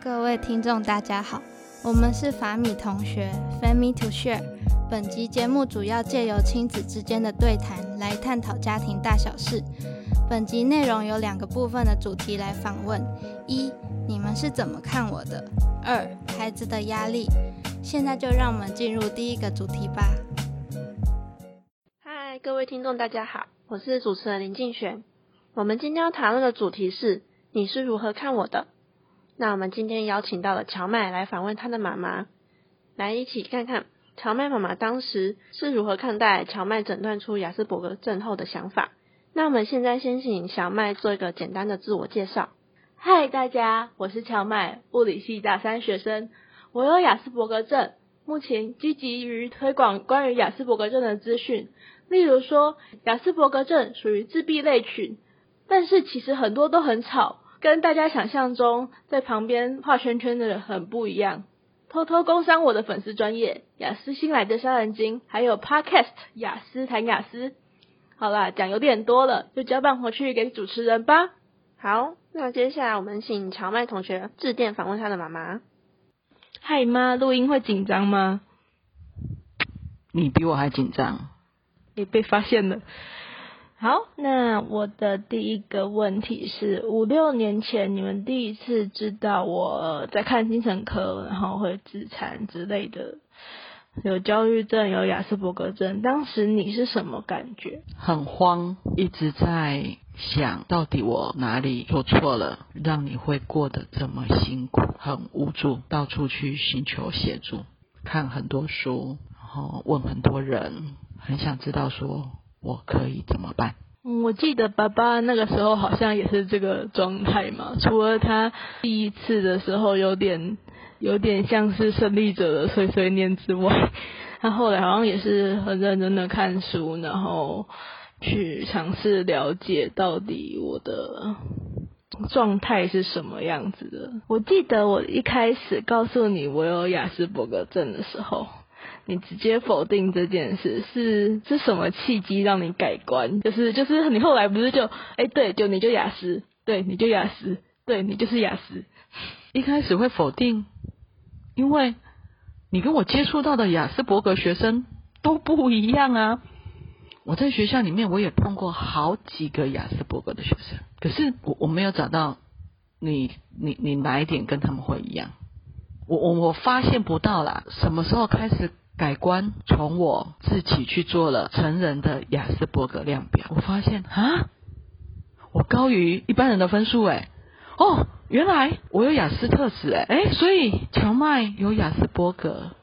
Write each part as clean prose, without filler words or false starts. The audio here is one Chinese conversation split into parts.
各位听众大家好，我们是法米同学 Family to Share。 本集节目主要借由亲子之间的对谈来探讨家庭大小事。本集内容有2个部分的主题来访问：一、你们是怎么看我的；2、孩子的压力。现在就让我们进入第1个主题吧。 嗨，各位听众大家好，我是主持人林静璇。我们今天要谈论的主题是你是如何看我的。那我们今天邀请到了乔麦来访问她的妈妈，来一起看看乔麦妈妈当时是如何看待乔麦诊断出亚斯伯格症后的想法。那我们现在先请小麦做一个简单的自我介绍。 嗨，大家，我是乔麦，物理系大3学生，我有亚斯伯格症，目前积极于推广关于亚斯伯格症的资讯，例如说亚斯伯格症属于自闭类群，但是其实很多都很吵，跟大家想象中在旁边画圈圈的人很不一样。偷偷工商我的粉丝专页雅思新来的杀人精，还有 Podcast 雅思谈雅思。好啦，讲有点多了，就交棒回去给主持人吧。 好，那接下来我们请乔麦同学致电访问他的妈妈。 嗨妈，录音会紧张吗？ 你比我还紧张。 你被发现了。好，那我的第1个问题是，5、6年前你们第一次知道我在看精神科，然后会自残之类的，有焦虑症，有亚斯伯格症，当时你是什么感觉？ 很慌，一直在想到底我哪里做错了，让你会过得这么辛苦，很无助，到处去寻求协助，看很多书，然后问很多人，很想知道说我可以怎么办。 我记得爸爸那个时候好像也是这个状态嘛，除了他第一次的时候有点像是胜利者的碎碎念之外，他后来好像也是很认真的看书，然后去尝试了解到底我的状态是什么样子的。我记得我一开始告诉你我有亚斯伯格症的时候，你直接否定这件事，是什么契机让你改观？就是你后来不是就对，就你就亚斯，对，你就亚斯，对，你就是亚斯。 一开始会否定，因为你跟我接触到的亚斯伯格学生都不一样啊。我在学校里面我也碰过好几个亚斯伯格的学生，可是我没有找到你哪一点跟他们会一样。我发现不到啦。什么时候开始改观？从我自己去做了成人的亚斯伯格量表，我发现我高于一般人的分数原来我有雅斯特质所以乔麦有亚斯伯格，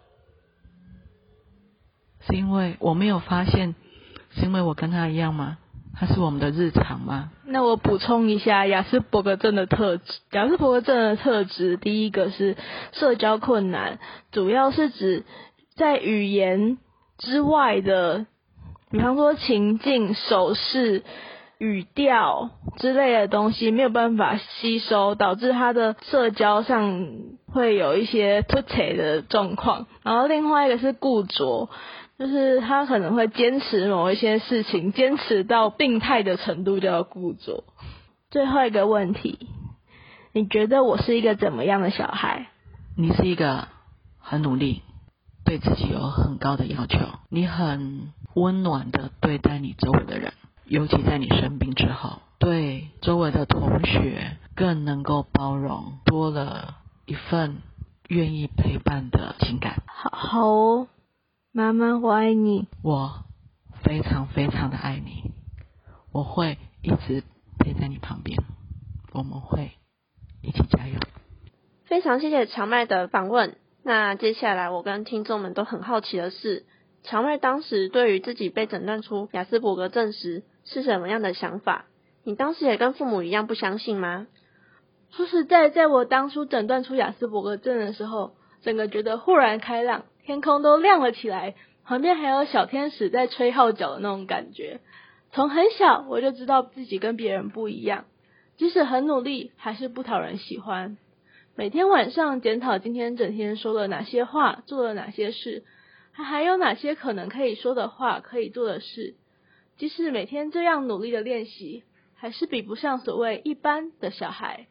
是因为我没有发现，是因为我跟他一样吗？它是我们的日常吗？ 那我补充一下亚斯伯格症的特质。亚斯伯格症的特质，第一个是社交困难，主要是指在语言之外的，比方说情境、手势、语调之类的东西没有办法吸收，导致他的社交上会有一些突兀的状况。然后另外一个是固着，就是他可能会坚持某一些事情，坚持到病态的程度叫固着。最后一个问题，你觉得我是一个怎么样的小孩？ 你是一个很努力，对自己有很高的要求，你很温暖的对待你周围的人，尤其在你生病之后，对周围的同学更能够包容，多了一份愿意陪伴的情感。 好哦，妈妈我爱你。 我非常非常的爱你，我会一直陪在你旁边，我们会一起加油。 非常谢谢乔麦的访问。那接下来我跟听众们都很好奇的是，乔麦当时对于自己被诊断出亚斯伯格症时是什么样的想法？你当时也跟父母一样不相信吗？ 说实在，在我当初诊断出亚斯伯格症的时候，整个觉得豁然开朗，天空都亮了起来，旁边还有小天使在吹号角的那种感觉。从很小我就知道自己跟别人不一样，即使很努力还是不讨人喜欢。每天晚上检讨今天整天说了哪些话，做了哪些事，还有哪些可能可以说的话，可以做的事。即使每天这样努力的练习，还是比不上所谓一般的小孩。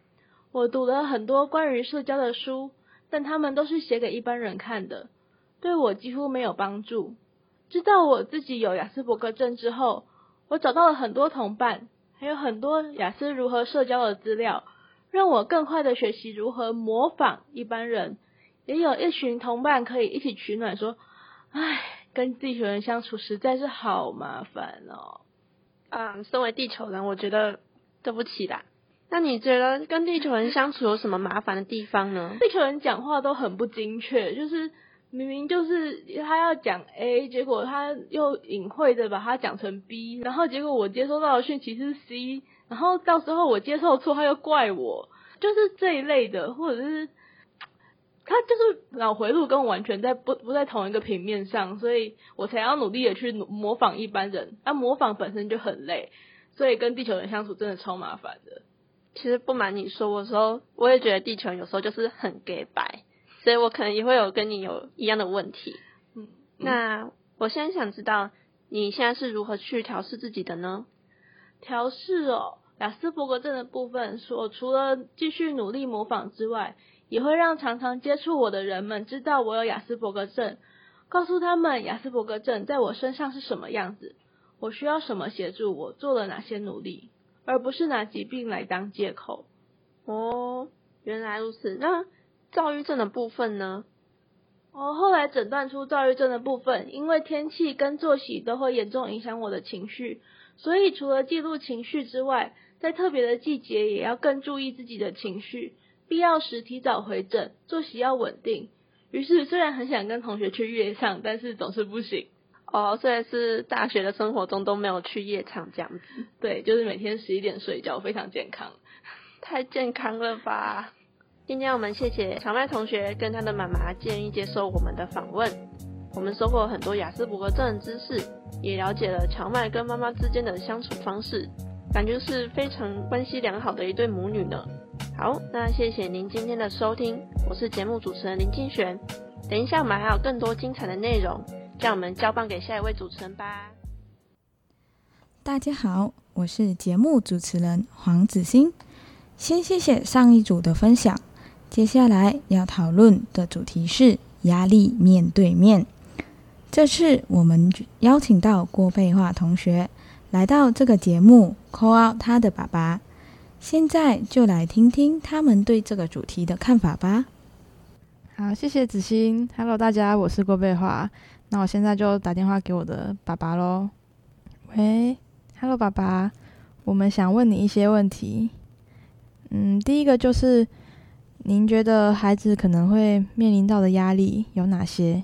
我读了很多关于社交的书，但他们都是写给一般人看的，对我几乎没有帮助。知道我自己有亚斯伯格症之后，我找到了很多同伴，还有很多亚斯如何社交的资料，让我更快的学习如何模仿一般人。也有一群同伴可以一起取暖，说跟地球人相处实在是好麻烦哦。 身为地球人，我觉得对不起啦。那你觉得跟地球人相处有什么麻烦的地方呢？ 地球人讲话都很不精确，就是明明就是他要讲 A， 结果他又隐晦的把它讲成 B， 然后结果我接收到的讯息是 C， 然后到时候我接受错他又怪我，就是这一类的，或者是他就是脑回路跟我完全不在同一个平面上，所以我才要努力的去模仿一般人，模仿本身就很累，所以跟地球人相处真的超麻烦的。 其实不瞒你说，我也觉得地球人有时候就是很假白，所以我可能也会有跟你有一样的问题。那我现在想知道你现在是如何去调试自己的呢？ 调试亚斯伯格症的部分，我除了继续努力模仿之外，也会让常常接触我的人们知道我有亚斯伯格症，告诉他们亚斯伯格症在我身上是什么样子，我需要什么协助，我做了哪些努力，而不是拿疾病来当借口。 原来如此。那躁郁症的部分呢？ 后来诊断出躁郁症的部分，因为天气跟作息都会严重影响我的情绪，所以除了记录情绪之外，在特别的季节也要更注意自己的情绪，必要时提早回诊，作息要稳定。于是虽然很想跟同学去夜唱，但是总是不行。 所以是大学的生活中都没有去夜唱这样子。 对，就是每天11点睡觉，非常健康。 太健康了吧。今天我们谢谢小麦同学跟他的妈妈建议接受我们的访问，我们收获了很多亚斯伯格症的知识，也了解了乔麦跟妈妈之间的相处方式，感觉是非常关系良好的一对母女呢。好，那谢谢您今天的收听，我是节目主持人林敬璇。等一下我们还有更多精彩的内容，让我们交棒给下一位主持人吧。 大家好，我是节目主持人黄子欣。先谢谢上一组的分享，接下来要讨论的主题是压力面对面。这次我们邀请到郭佩桦同学来到这个节目 call out 他的爸爸，现在就来听听他们对这个主题的看法吧。 好，谢谢子欣。Hello 大家，我是郭佩桦。那我现在就打电话给我的爸爸咯。喂 ，Hello 爸爸，我们想问你一些问题。第一个就是您觉得孩子可能会面临到的压力有哪些？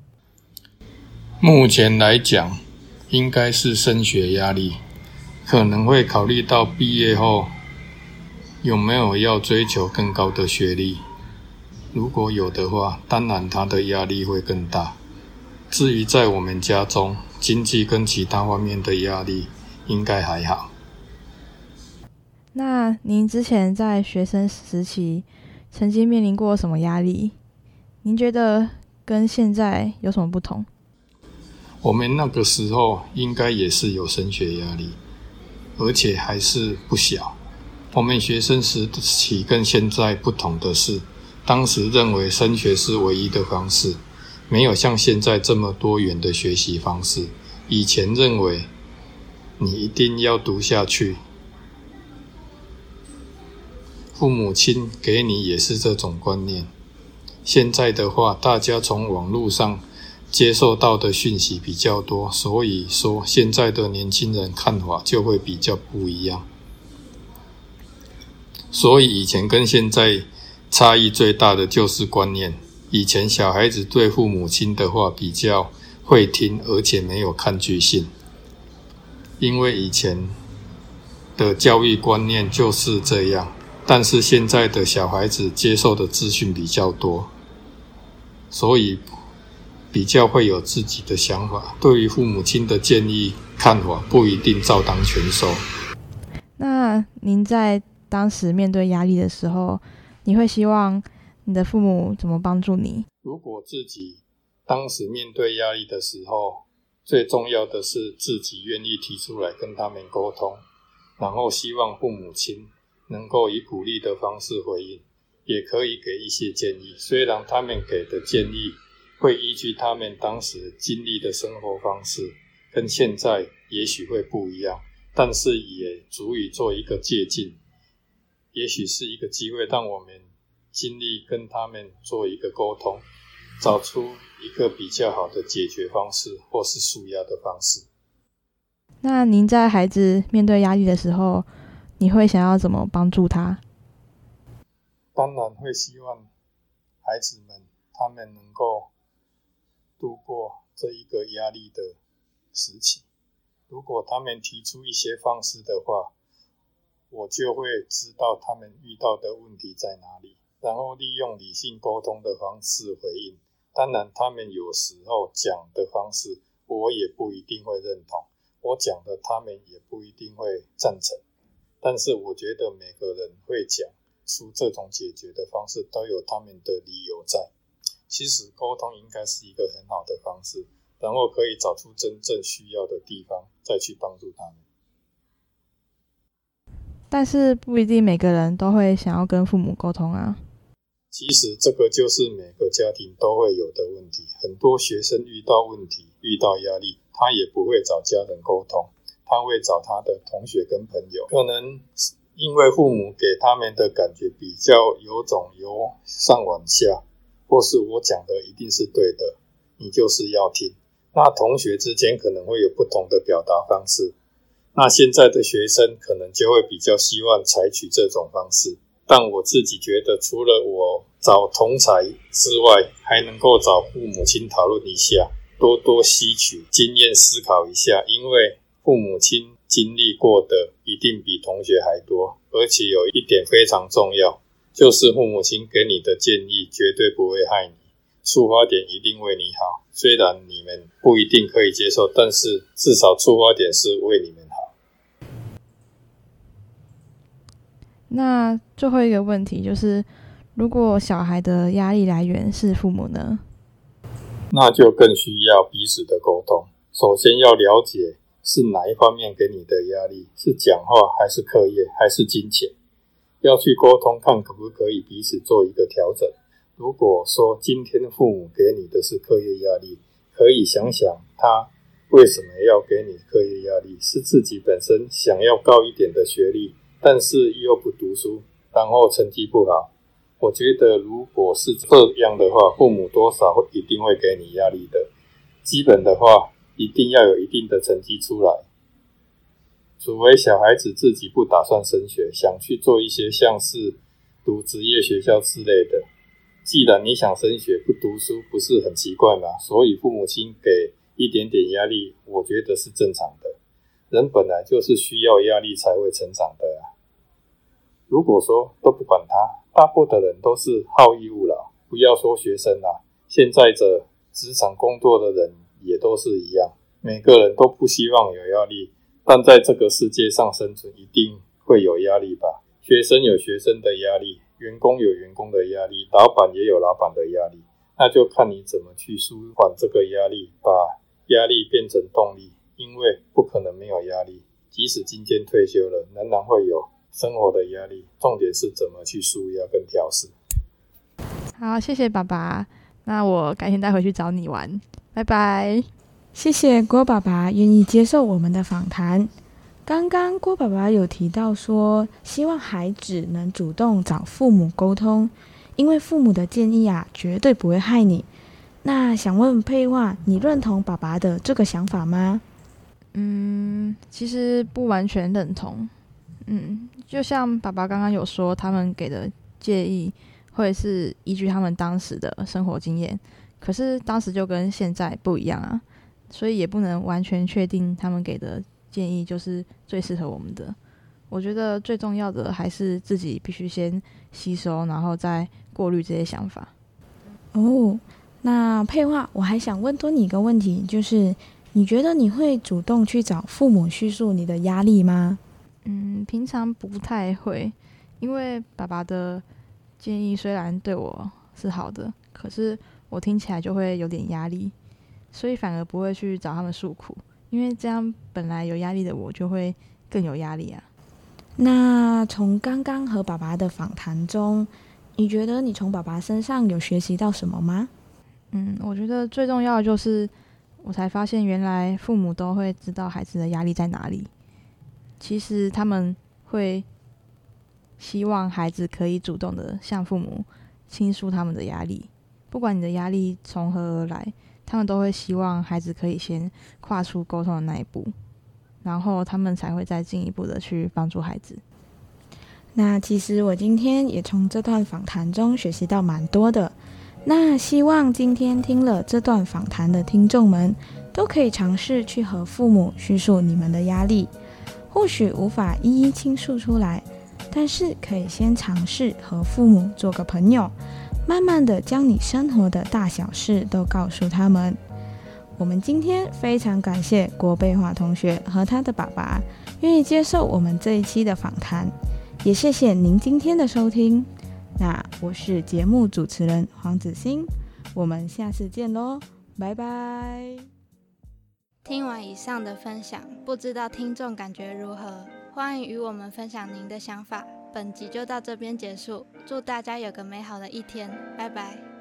目前来讲，应该是升学压力，可能会考虑到毕业后有没有要追求更高的学历。如果有的话，当然他的压力会更大。至于在我们家中，经济跟其他方面的压力应该还好。 那您之前在学生时期曾经面临过什么压力？您觉得跟现在有什么不同？ 我们那个时候应该也是有升学压力，而且还是不小。我们学生时期跟现在不同的是，当时认为升学是唯一的方式，没有像现在这么多元的学习方式。以前认为你一定要读下去，父母亲给你也是这种观念。现在的话，大家从网络上接受到的讯息比较多，所以说现在的年轻人看法就会比较不一样。所以以前跟现在差异最大的就是观念。以前小孩子对父母亲的话比较会听，而且没有抗拒性，因为以前的教育观念就是这样。但是现在的小孩子接受的资讯比较多，所以比较会有自己的想法，对于父母亲的建议看法不一定照当全收。 那您在当时面对压力的时候，你会希望你的父母怎么帮助你？ 如果自己当时面对压力的时候，最重要的是自己愿意提出来跟他们沟通，然后希望父母亲能够以鼓励的方式回应，也可以给一些建议。虽然他们给的建议会依据他们当时经历的生活方式，跟现在也许会不一样，但是也足以做一个借鉴，也许是一个机会让我们尽力跟他们做一个沟通，找出一个比较好的解决方式或是抒压的方式。 那您在孩子面对压力的时候，你会想要怎么帮助他？ 当然会希望孩子们他们能够度过这一个压力的时期。如果他们提出一些方式的话，我就会知道他们遇到的问题在哪里，然后利用理性沟通的方式回应。当然他们有时候讲的方式我也不一定会认同，我讲的他们也不一定会赞成，但是我觉得每个人会讲出这种解决的方式都有他们的理由在。其实沟通应该是一个很好的方式，然后可以找出真正需要的地方再去帮助他们。 但是不一定每个人都会想要跟父母沟通啊。 其实这个就是每个家庭都会有的问题，很多学生遇到问题遇到压力，他也不会找家人沟通，他会找他的同学跟朋友。可能因为父母给他们的感觉比较有种由上往下，或是我讲的一定是对的，你就是要听。那同学之间可能会有不同的表达方式，那现在的学生可能就会比较希望采取这种方式。但我自己觉得，除了我找同侪之外，还能够找父母亲讨论一下，多多吸取经验，思考一下，因为父母亲经历过的一定比同学还多。而且有一点非常重要，就是父母亲给你的建议绝对不会害你，出发点一定为你好。虽然你们不一定可以接受，但是至少出发点是为你们好。 那最后一个问题就是，如果小孩的压力来源是父母呢？ 那就更需要彼此的沟通。首先要了解是哪一方面给你的压力，是讲话还是课业还是金钱，要去沟通看可不可以彼此做一个调整。如果说今天父母给你的是课业压力，可以想想他为什么要给你课业压力，是自己本身想要高一点的学历，但是又不读书，然后成绩不好。我觉得如果是这样的话，父母多少一定会给你压力的。基本的话一定要有一定的成绩出来，除非小孩子自己不打算升学，想去做一些像是读职业学校之类的。既然你想升学不读书，不是很奇怪吗？所以父母亲给一点点压力，我觉得是正常的。人本来就是需要压力才会成长的啊。如果说都不管他，大部分的人都是好逸恶劳，不要说学生啦，现在的职场工作的人也都是一样，每个人都不希望有压力，但在这个世界上生存一定会有压力吧。学生有学生的压力，员工有员工的压力，老板也有老板的压力，那就看你怎么去舒缓这个压力，把压力变成动力，因为不可能没有压力，即使今天退休了，仍然会有生活的压力，重点是怎么去抒压跟调试。 好，谢谢爸爸，那我改天再回去找你玩，拜拜。 谢谢郭爸爸愿意接受我们的访谈。刚刚郭爸爸有提到说，希望孩子能主动找父母沟通，因为父母的建议绝对不会害你。那想问佩桦，你认同爸爸的这个想法吗？ 其实不完全认同。就像爸爸刚刚有说，他们给的建议会是依据他们当时的生活经验，可是当时就跟现在不一样啊，所以也不能完全确定他们给的建议就是最适合我们的。我觉得最重要的还是自己必须先吸收，然后再过滤这些想法。 那佩桦，我还想问多你一个问题，就是你觉得你会主动去找父母叙述你的压力吗？ 平常不太会，因为爸爸的建议虽然对我是好的，可是我听起来就会有点压力，所以反而不会去找他们诉苦，因为这样本来有压力的我就会更有压力啊。 那从刚刚和爸爸的访谈中，你觉得你从爸爸身上有学习到什么吗？ 我觉得最重要的就是我才发现原来父母都会知道孩子的压力在哪里，其实他们会希望孩子可以主动的向父母倾诉他们的压力，不管你的压力从何而来，他们都会希望孩子可以先跨出沟通的那一步，然后他们才会再进一步的去帮助孩子。 那其实我今天也从这段访谈中学习到蛮多的，那希望今天听了这段访谈的听众们都可以尝试去和父母叙述你们的压力，或许无法一一倾诉出来，但是可以先尝试和父母做个朋友，慢慢的将你生活的大小事都告诉他们。我们今天非常感谢郭贝华同学和他的爸爸愿意接受我们这一期的访谈，也谢谢您今天的收听。那我是节目主持人黄子欣，我们下次见咯，拜拜。 听完以上的分享，不知道听众感觉如何？欢迎与我们分享您的想法。本集就到这边结束，祝大家有个美好的一天，拜拜。